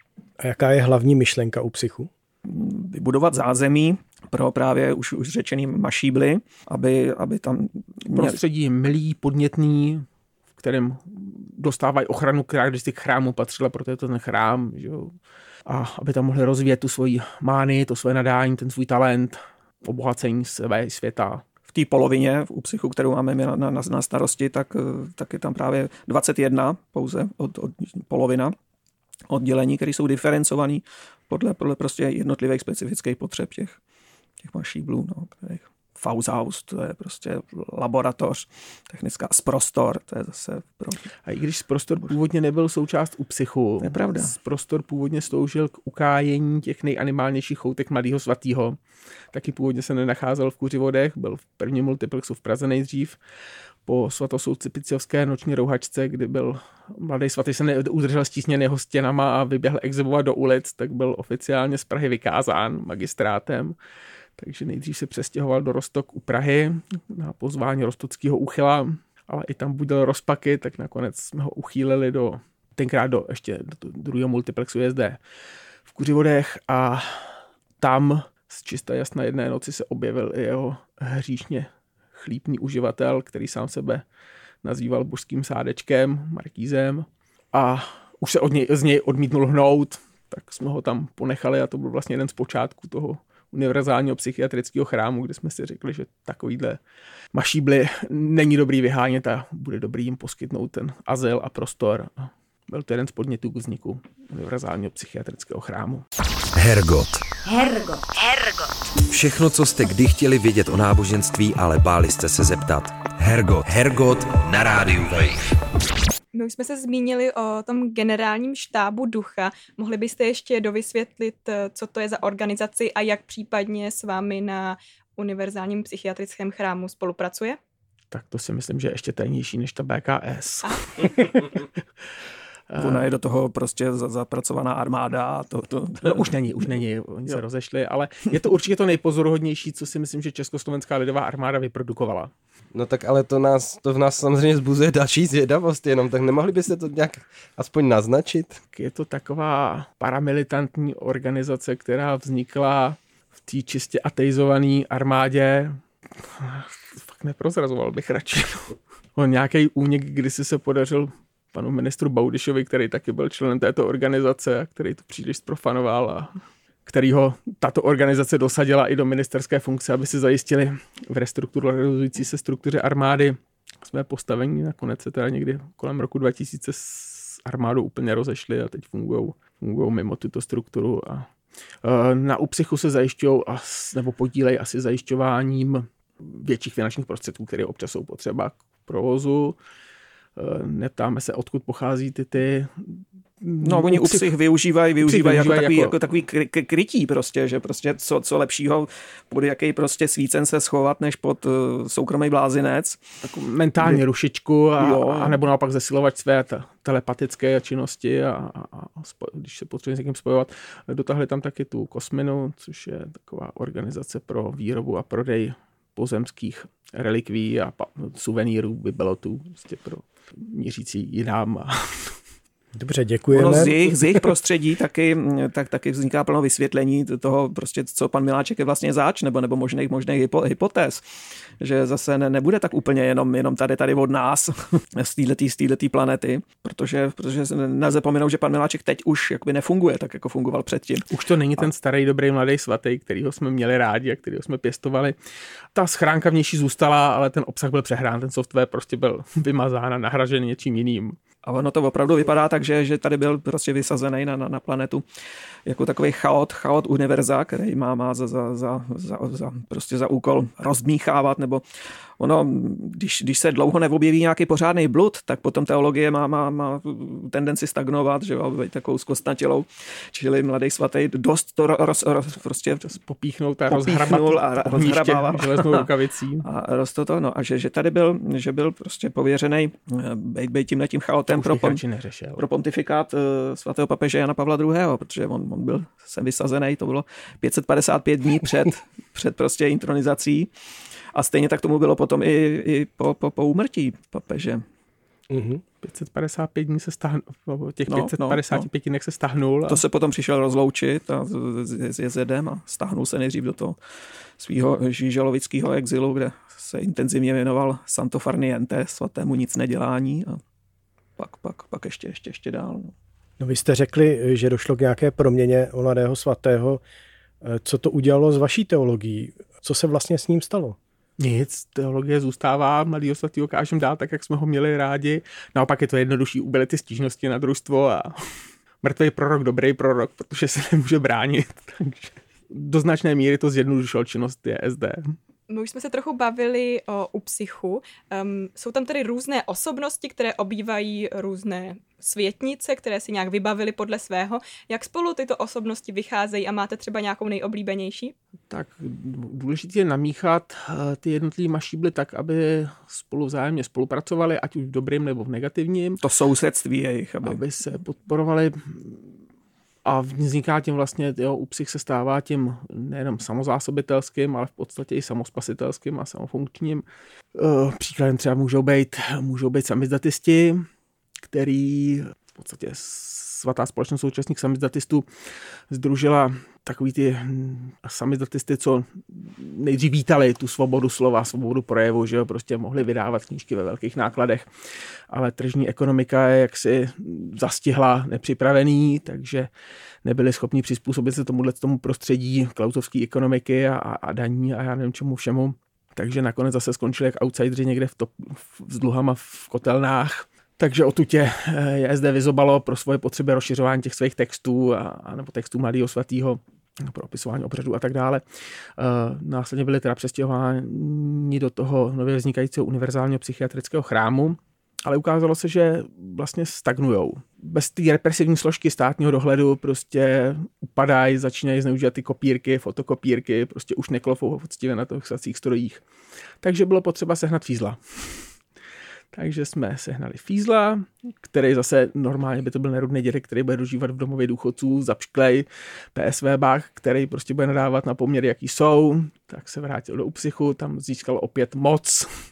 C: A jaká je hlavní myšlenka u Psychu?
B: Vybudovat zázemí pro právě už řečený mašíbly, aby tam
F: prostředí milý, podnětný, v kterém dostávají ochranu, která když k chrámu patřila, proto je to ten chrám, že jo? A aby tam mohli rozvíjet tu svoji mánii, to svoje nadání, ten svůj talent, obohacení světa.
B: V té polovině u Psychu, kterou máme na starosti, tak je tam právě 21 pouze od polovina oddělení, které jsou diferencované podle prostě jednotlivých specifických potřeb těch mašíblů, kterých Faushaus, to je prostě laboratoř, technická prostor, to je zase pro...
F: A i když prostor původně nebyl součást u Psychu,
B: je pravda.
F: Prostor původně sloužil k ukájení těch nejanimálnějších choutek Mladého svatého. Taky původně se nenacházel v Kuřivodech, byl v prvním multiplexu v Praze nejdřív, po svatosoudci Piciovské noční rouhačce, kdy byl mladý svatý, se neudržel stísněn jeho stěnama a vyběhl exhibovat do ulic, tak byl oficiálně z Prahy vykázán magistrátem. Takže nejdřív se přestěhoval do Roztok u Prahy na pozvání rostockého úchyla, ale i tam budil rozpaky, tak nakonec jsme ho uchýlili tenkrát do druhého multiplexu JSD v Kuřivodech a tam z čista jasna jedné noci se objevil i jeho hříšně chlípný uživatel, který sám sebe nazýval božským sádečkem, markízem a už se z něj odmítnul hnout, tak jsme ho tam ponechali a to byl vlastně jeden z počátků toho univerzálního psychiatrického chrámu, kde jsme si řekli, že takovýhle mašíbly není dobrý vyhánět a bude dobrý jim poskytnout ten azyl a prostor. Byl to jeden z podnětů k vzniku univerzálního psychiatrického chrámu.
A: Hergot. Všechno, co jste kdy chtěli vědět o náboženství, ale báli jste se zeptat. Hergot na rádiu Wave.
E: My už jsme se zmínili o tom generálním štábu ducha. Mohli byste ještě dovysvětlit, co to je za organizaci a jak případně s vámi na univerzálním psychiatrickém chrámu spolupracuje?
F: Tak to si myslím, že je ještě tajnější než ta BKS.
B: Ona je do toho prostě zapracovaná armáda.
F: No, už není, oni se rozešli, ale je to určitě to nejpozoruhodnější, co si myslím, že Československá lidová armáda vyprodukovala.
D: No tak ale to v nás samozřejmě zbuzuje další zvědavost jenom, tak nemohli byste to nějak aspoň naznačit?
F: Je to taková paramilitantní organizace, která vznikla v té čistě ateizované armádě. Fakt neprozrazoval bych radši. On nějaký únik, kdysi se podařil panu ministru Baudyšovi, který taky byl členem této organizace a který to příliš zprofanoval a kterýho tato organizace dosadila i do ministerské funkce, aby si zajistili v restrukturalizující se struktuře armády své postavení. Nakonec se teda někdy kolem roku 2000 s armádou úplně rozešli a teď fungují mimo tuto strukturu. A na UPSICHu se zajišťují nebo podílejí asi zajišťováním větších finančních prostředků, které občas jsou potřeba k provozu. Neptáme se, odkud pochází ty
B: No, oni UPSICH využívají jako takový krytí prostě, že prostě co lepšího, pod jaký prostě svícen se schovat, než pod soukromý blázinec.
F: Takovou mentální rušičku a nebo naopak zesilovat své telepatické činnosti a když se potřebuje s někým spojovat. Dotáhli tam taky tu Kosminu, což je taková organizace pro výrobu a prodej pozemských relikví a suvenýrů, bibelotů, prostě pro mířící jinám.
C: Dobře, děkujeme.
B: Ono z jejich prostředí taky vzniká plno vysvětlení toho, prostě, co pan Miláček je vlastně zač, nebo možných hypotéz. Že zase nebude tak úplně jenom tady od nás z této planety, protože nelze pominout, že pan Miláček teď už jakoby nefunguje tak, jako fungoval předtím.
F: Už to není ten starý, dobrý, mladý svatý, kterýho jsme měli rádi a kterýho jsme pěstovali. Ta schránka vnější zůstala, ale ten obsah byl přehrán, ten software prostě byl vymazán a nahražený něčím jiným.
B: A ono to opravdu vypadá tak, že tady byl prostě vysazený na planetu jako takový chaot univerza, který má za úkol rozdmíchávat, nebo ono, když se dlouho neobjeví nějaký pořádný blud, tak potom teologie má tendenci stagnovat, že jo, být takovou zkostnatělou, čili mladý svatý dost to prostě
F: popíchnout a rozhrabával železnou rukavicí.
B: A to, no, a že tady byl prostě pověřený být tímhletím chaotem pro pontifikát svatého papeže Jana Pavla II., protože on byl sem vysazený, to bylo 555 dní před prostě intronizací. A stejně tak tomu bylo potom i po úmrtí papeže.
F: 555 dní se stáhnul, těch 555 dnech se stáhnul.
B: To se potom přišel rozloučit s jezedem a stáhnul se nejdřív do toho svého žížalovického exilu, kde se intenzivně věnoval Santo Farniente, svatému nic nedělání a pak ještě dál.
C: No vy jste řekli, že došlo k nějaké proměně u mladého svatého. Co to udělalo s vaší teologií? Co se vlastně s ním stalo?
F: Nic, teologie zůstává, mladýho svatýho kážem dál tak, jak jsme ho měli rádi. Naopak je to jednodušší, ubyly ty stížnosti na družstvo a mrtvý prorok, dobrý prorok, protože se nemůže bránit. Takže do značné míry to zjednodušilo činnost JSD.
E: My už jsme se trochu bavili o UPSICHu. Jsou tam tedy různé osobnosti, které obývají různé světnice, které si nějak vybavili podle svého. Jak spolu tyto osobnosti vycházejí a máte třeba nějakou nejoblíbenější? Tak
F: důležité je namíchat ty jednotlivé mašíbly tak, aby spolu vzájemně spolupracovali, ať už v dobrým nebo v negativním.
B: To sousedství jejich.
F: Aby se podporovali. A vzniká tím vlastně, UPSICH se stává tím nejenom samozásobitelským, ale v podstatě i samospasitelským a samofunkčním. Příkladem třeba můžou být samizdatisti, který v podstatě svatá společnost současných samizdatistů sdružila takový ty samizdatisty, co nejdřív vítali tu svobodu slova, svobodu projevu, že jo, prostě mohli vydávat knížky ve velkých nákladech, ale tržní ekonomika je jaksi zastihla nepřipravený, takže nebyli schopni přizpůsobit se tomu prostředí klausovské ekonomiky a daní a já nevím čemu všemu. Takže nakonec zase skončili jak outsideri někde s dluhama v kotelnách. Takže odtud JSD vyzobalo pro svoje potřeby rozšiřování těch svých textů nebo textů mladého svatého pro opisování obřadů a tak dále. Následně byli teda přestěhováni do toho nově vznikajícího univerzálního psychiatrického chrámu, ale ukázalo se, že vlastně stagnujou. Bez té represivní složky státního dohledu prostě upadají, začínají zneužívat ty kopírky, fotokopírky, prostě už neklofou poctivě na těch sacích strojích. Takže bylo potřeba sehnat fízla. Takže jsme sehnali fízla, který zase normálně by to byl nerudný dědek, který bude dožívat v domově důchodců, zapšklej PSV bach, který prostě bude nadávat na poměry, jaký jsou. Tak se vrátil do UPSICHu, tam získal opět moc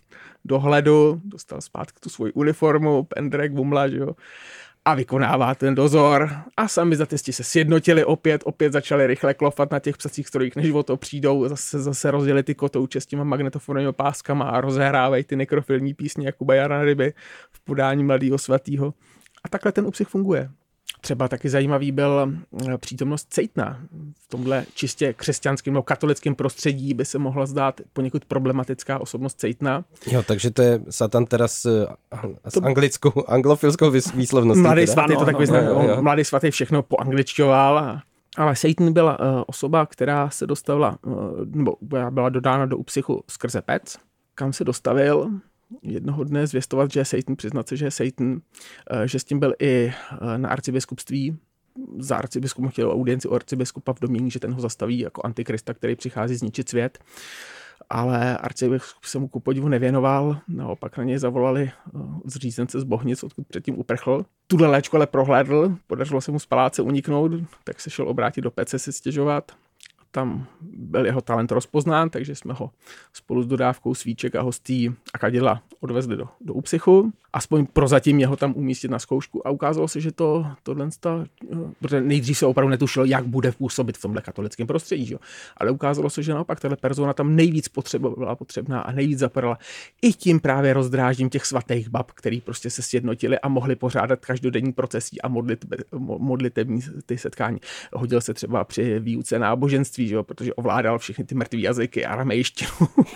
F: dohledu, dostal zpátky tu svoji uniformu, pendrek, bumla, že jo, a vykonává ten dozor. A sami statisti se sjednotili opět začali rychle klofat na těch psacích strojích, než o to přijdou, zase rozdělili ty kotouče s těma magnetofonovými páskama a rozehrávají ty nekrofilní písně Jakuba Jana Ryby v podání Mladýho svatýho. A takhle ten UPSICH funguje. Třeba taky zajímavý byl přítomnost Cejtna. V tomhle čistě křesťanském nebo katolickém prostředí by se mohla zdát poněkud problematická osobnost Cejtna.
D: Jo, takže to je Satan teda s anglofilskou výslovností.
F: Mladý svatý, to takový Mladý svatý všechno poangličťoval. Ale Satan byla osoba, která se dostavila, nebo byla dodána do UPSICHu skrze Pec, kam se dostavil jednoho dne zvěstovat, že je Satan, přiznat se, že je Satan, že s tím byl i na arcibiskupství. Za arcibiskupem chtěl audienci u arcibiskupa v domnění, že ten ho zastaví jako antikrista, který přichází zničit svět. Ale arcibiskup se mu ku podivu nevěnoval, naopak na něj zavolali zřízence z Bohnic, odkud předtím uprchl. Tuhle léčku ale prohlédl, podařilo se mu z paláce uniknout, tak se šel obrátit do Pece si stěžovat. Tam byl jeho talent rozpoznán, takže jsme ho spolu s dodávkou svíček a hostí a kadidla odvezli do UPSICHu. Aspoň prozatím jeho tam umístit na zkoušku a ukázalo se, že protože nejdřív se opravdu netušilo, jak bude působit v tomhle katolickém prostředí, že? Ale ukázalo se, že naopak tahle persona tam nejvíc byla potřebná a nejvíc zapadala i tím právě rozdrážděním těch svatých bab, který prostě se sjednotili a mohli pořádat každodenní procesí a modlitební ty setkání. Hodil se třeba při výuce náboženství, že? Protože ovládal všechny ty mrtvý jazyky, aramejštinu.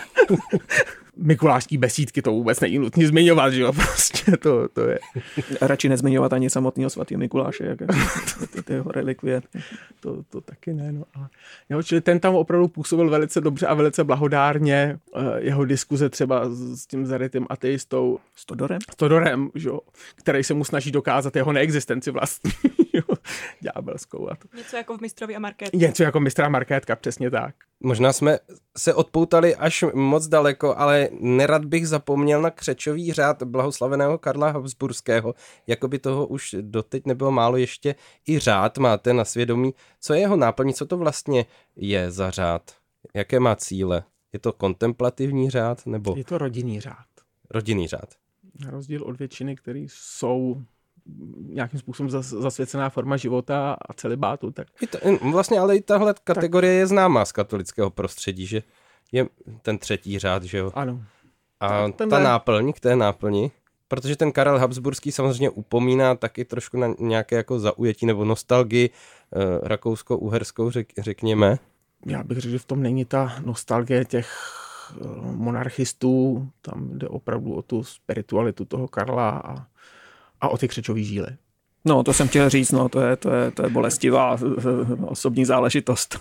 F: Mikulášský besídky, to vůbec není nutné zmiňovat, že jo, prostě to je.
B: Radši nezmiňovat ani samotného svatého Mikuláše, jak ty jeho relikvie.
F: To taky ne, no. Ale, jo, čili ten tam opravdu působil velice dobře a velice blahodárně. Jeho diskuze třeba s tím zarytým ateistou Stodorem, že jo, který se mu snaží dokázat jeho neexistenci vlastní, ďábelskou.
E: Něco jako v Mistrovi a Markétka.
F: Něco jako Mistra a Markétka, přesně tak.
D: Možná jsme se odpoutali až moc daleko, ale nerad bych zapomněl na křečový řád blahoslaveného Karla Habsburského. Jakoby toho už doteď nebylo málo, ještě i řád máte na svědomí. Co je jeho náplní, co to vlastně je za řád? Jaké má cíle? Je to kontemplativní řád? Nebo...
F: Je to rodinný řád.
D: Rodinný řád.
F: Na rozdíl od většiny, které jsou nějakým způsobem zasvěcená forma života a celibátu. Tak...
D: Vlastně ale i tahle kategorie je známá z katolického prostředí, že je ten třetí řád, že jo?
F: Ano.
D: A ta náplň, k té náplni, protože ten Karel Habsburský samozřejmě upomíná taky trošku na nějaké jako zaujetí nebo nostalgii rakousko-uherskou, řekněme.
F: Já bych řekl, že v tom není ta nostalgie těch monarchistů, tam jde opravdu o tu spiritualitu toho Karla a o ty křečový žíly.
B: No, to jsem chtěl říct, no, to je bolestivá osobní záležitost.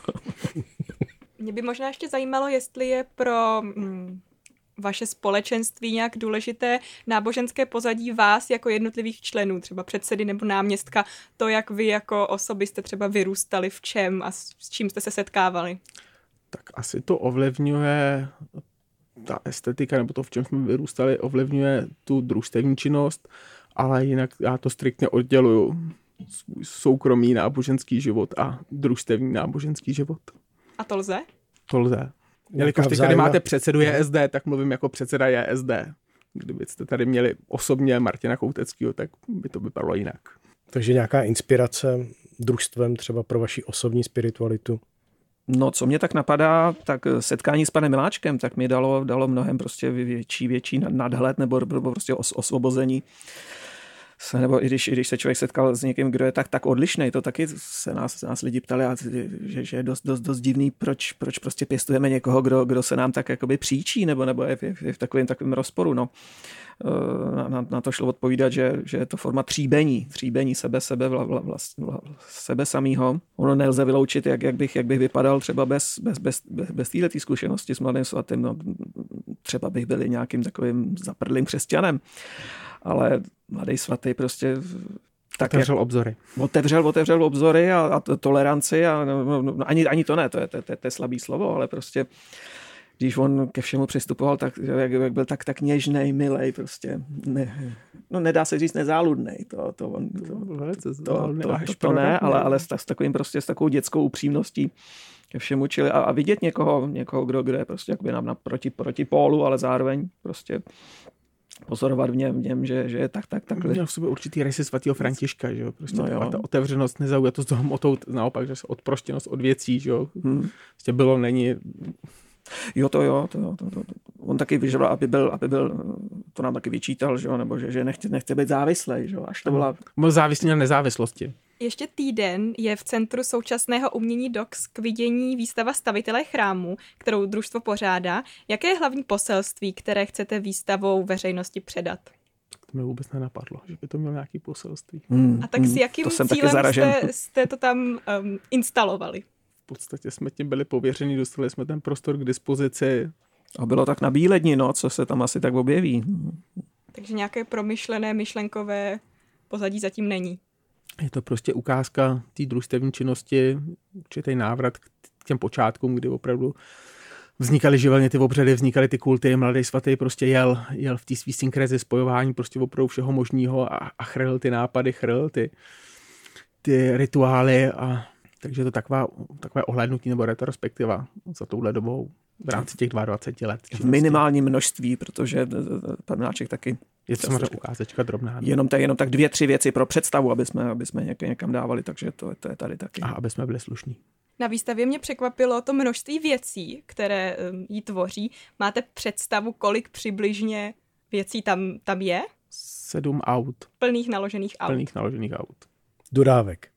E: Mě by možná ještě zajímalo, jestli je pro vaše společenství nějak důležité náboženské pozadí vás jako jednotlivých členů, třeba předsedy nebo náměstka, to, jak vy jako osoby jste třeba vyrůstali, v čem a s čím jste se setkávali.
F: Tak asi to ovlivňuje, ta estetika nebo to, v čem jsme vyrůstali, ovlivňuje tu družstevní činnost, ale jinak já to striktně odděluju. Svůj soukromý náboženský život a družstevní náboženský život.
E: A to lze?
F: To lze. Jelikož teď tady máte předsedu JSD, tak mluvím jako předseda JSD. Kdybyste tady měli osobně Martina Kouteckého, tak by to vypadalo jinak.
C: Takže nějaká inspirace družstvem třeba pro vaši osobní spiritualitu?
B: No, co mě tak napadá, tak setkání s panem Miláčkem, tak mi dalo mnohem prostě větší nadhled nebo prostě osvobození. Nebo i když se člověk setkal s někým, kdo je tak odlišný, to taky se nás lidi ptali, že je dost divný, proč prostě pěstujeme někoho, kdo se nám tak jakoby příčí, nebo je v takovém rozporu. No. Na to šlo odpovídat, že je to forma tříbení sebe samýho. Ono nelze vyloučit, jak bych vypadal třeba bez této zkušenosti s Mladým svatým. No, třeba bych byl nějakým takovým zaprdlým křesťanem, ale Mladý svatý prostě tak
F: otevřel obzory.
B: Otevřel obzory a toleranci a ani to ne, to je slabý slovo, ale prostě když on ke všemu přistupoval, tak jak byl tak něžnej, milej, prostě nedá se říct nezáludnej, to ne, ale s takovým prostě s takovou dětskou upřímností ke všemu, čili a vidět někoho, kdo je prostě jakoby proti pólu, ale zároveň prostě pozorovat v něm, že je takhle.
F: Měl v sobě určitý rysy svatého Františka, že jo, prostě ta otevřenost, nezaujatost toho motou, naopak, že se odproštěnost od věcí, že jo, prostě bylo, není.
B: Jo, to. On taky vyžadoval, aby byl, to nám taky vyčítal, že jo, nebo že nechce být závislý, že jo, až to byla.
F: Byl závislý na nezávislosti.
E: Ještě týden je v Centru současného umění DOX k vidění výstava Stavitelé chrámu, kterou družstvo pořádá. Jaké je hlavní poselství, které chcete výstavou veřejnosti předat?
F: To mi vůbec nenapadlo, že by to mělo nějaké poselství.
E: A tak s jakým cílem jste to tam instalovali?
F: V podstatě jsme tím byli pověřeni, dostali jsme ten prostor k dispozici.
B: A bylo tak na Bíledni, no, co se tam asi tak objeví.
E: Takže nějaké promyšlené, myšlenkové pozadí zatím není.
F: Je to prostě ukázka té družstevní činnosti, určitý návrat k těm počátkům, kdy opravdu vznikaly živelně ty obřady, vznikaly ty kulty, Mladý svatý prostě jel v té svý synkrezi spojování prostě opravdu všeho možného a chrlil ty nápady, chrlil ty rituály a takže to takové ohlédnutí nebo retrospektiva za touhle dobou v rámci těch 22 let.
B: V minimálním množství, protože pan Miláček taky
F: je to samozřejmě ukázečka drobná.
B: Jenom tak 2-3 věci pro představu, aby jsme někam dávali, takže to je tady taky.
F: A aby jsme byli slušní.
E: Na výstavě mě překvapilo to množství věcí, které ji tvoří. Máte představu, kolik přibližně věcí tam je?
F: 7 aut.
E: Plných naložených aut.
C: Dodávek.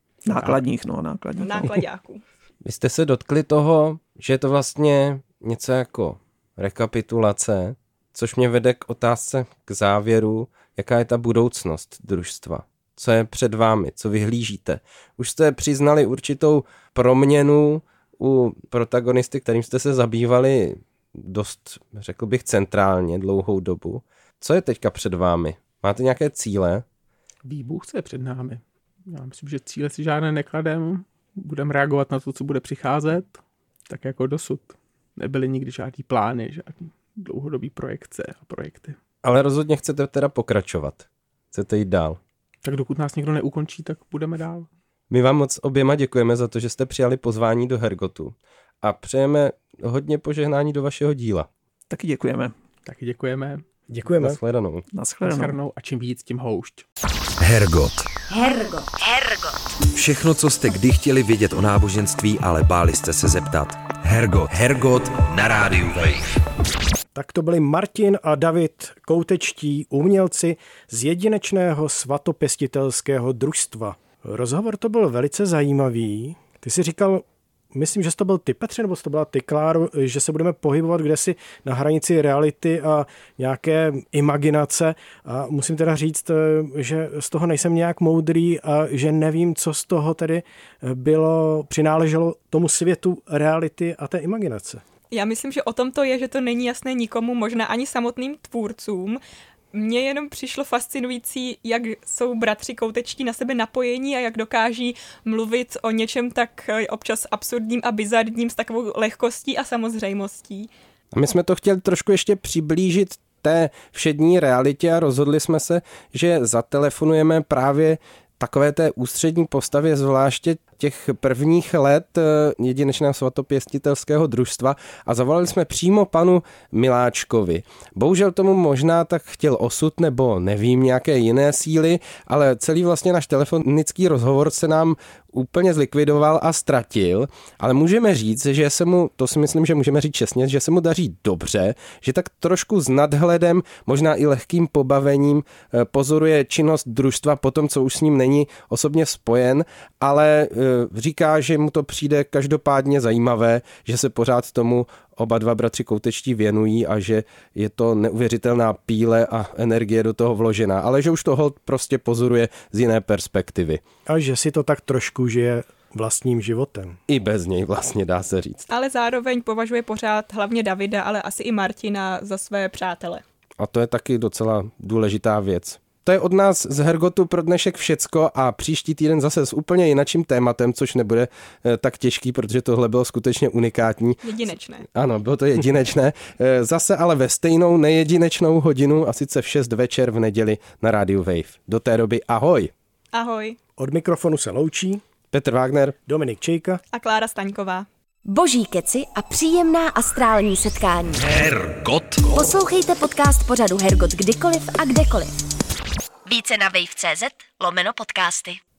E: Nákladáků.
D: Vy jste se dotkli toho, že je to vlastně něco jako rekapitulace, což mě vede k otázce k závěru, jaká je ta budoucnost družstva. Co je před vámi, co vyhlížíte. Už jste přiznali určitou proměnu u protagonisty, kterým jste se zabývali dost, řekl bych, centrálně dlouhou dobu. Co je teďka před vámi? Máte nějaké cíle?
F: Výbuch je před námi. Já myslím, že cíle si žádné nekladem. Budeme reagovat na to, co bude přicházet, tak jako dosud. Nebyly nikdy žádný plány, žádný dlouhodobý projekce a projekty.
D: Ale rozhodně chcete teda pokračovat. Chcete jít dál.
F: Tak dokud nás někdo neukončí, tak budeme dál.
D: My vám moc oběma děkujeme za to, že jste přijali pozvání do Hergotu a přejeme hodně požehnání do vašeho díla.
B: Taky děkujeme.
C: Děkujeme.
D: Naschledanou.
F: A čím víc, tím houšť.
A: Hergot. Všechno, co jste kdy chtěli vědět o náboženství, ale báli jste se zeptat. Hergot na rádiu Wave.
C: Tak to byli Martin a David, koutečtí umělci z jedinečného svatopěstitelského družstva. Rozhovor to byl velice zajímavý. Ty jsi říkal, myslím, že to byl ty, Petře, nebo to byla ty, Kláro, že se budeme pohybovat kdesi na hranici reality a nějaké imaginace. A musím teda říct, že z toho nejsem nějak moudrý a že nevím, co z toho tedy přináleželo tomu světu reality a té imaginace.
E: Já myslím, že o tom to je, že to není jasné nikomu, možná ani samotným tvůrcům. Mně jenom přišlo fascinující, jak jsou bratři koutečtí na sebe napojení a jak dokáží mluvit o něčem tak občas absurdním a bizarním s takovou lehkostí a samozřejmostí.
D: A my jsme to chtěli trošku ještě přiblížit té všední realitě a rozhodli jsme se, že zatelefonujeme právě takové té ústřední postavě, zvláště těch prvních let jedinečného svatopěstitelského družstva a zavolali jsme přímo panu Miláčkovi. Bohužel tomu možná tak chtěl osud nebo nevím, nějaké jiné síly, ale celý vlastně náš telefonický rozhovor se nám úplně zlikvidoval a ztratil, ale můžeme říct, že se mu, to si myslím, že můžeme říct čestně, že se mu daří dobře, že tak trošku s nadhledem, možná i lehkým pobavením pozoruje činnost družstva po tom, co už s ním není osobně spojen, ale říká, že mu to přijde každopádně zajímavé, že se pořád tomu oba dva bratři koutečtí věnují a že je to neuvěřitelná píle a energie do toho vložená, ale že už to holt prostě pozoruje z jiné perspektivy.
C: A že si to tak trošku žije vlastním životem.
D: I bez něj vlastně dá se říct.
E: Ale zároveň považuje pořád hlavně Davida, ale asi i Martina za své přátele.
D: A to je taky docela důležitá věc. To je od nás z Hergotu pro dnešek všecko a příští týden zase s úplně jinakším tématem, což nebude tak těžký, protože tohle bylo skutečně unikátní.
E: Jedinečné.
D: Ano, bylo to jedinečné. Zase ale ve stejnou nejedinečnou hodinu a sice v 6 večer v neděli na rádiu Wave. Do té doby ahoj.
E: Ahoj.
C: Od mikrofonu se loučí
D: Petr Wagner,
C: Dominik Čejka
E: a Klára Staňková.
G: Boží keci a příjemná astrální setkání.
A: Hergot.
G: Poslouchejte podcast pořadu Hergot kdykoliv a kdekoliv. Více na wave.cz/podcasty.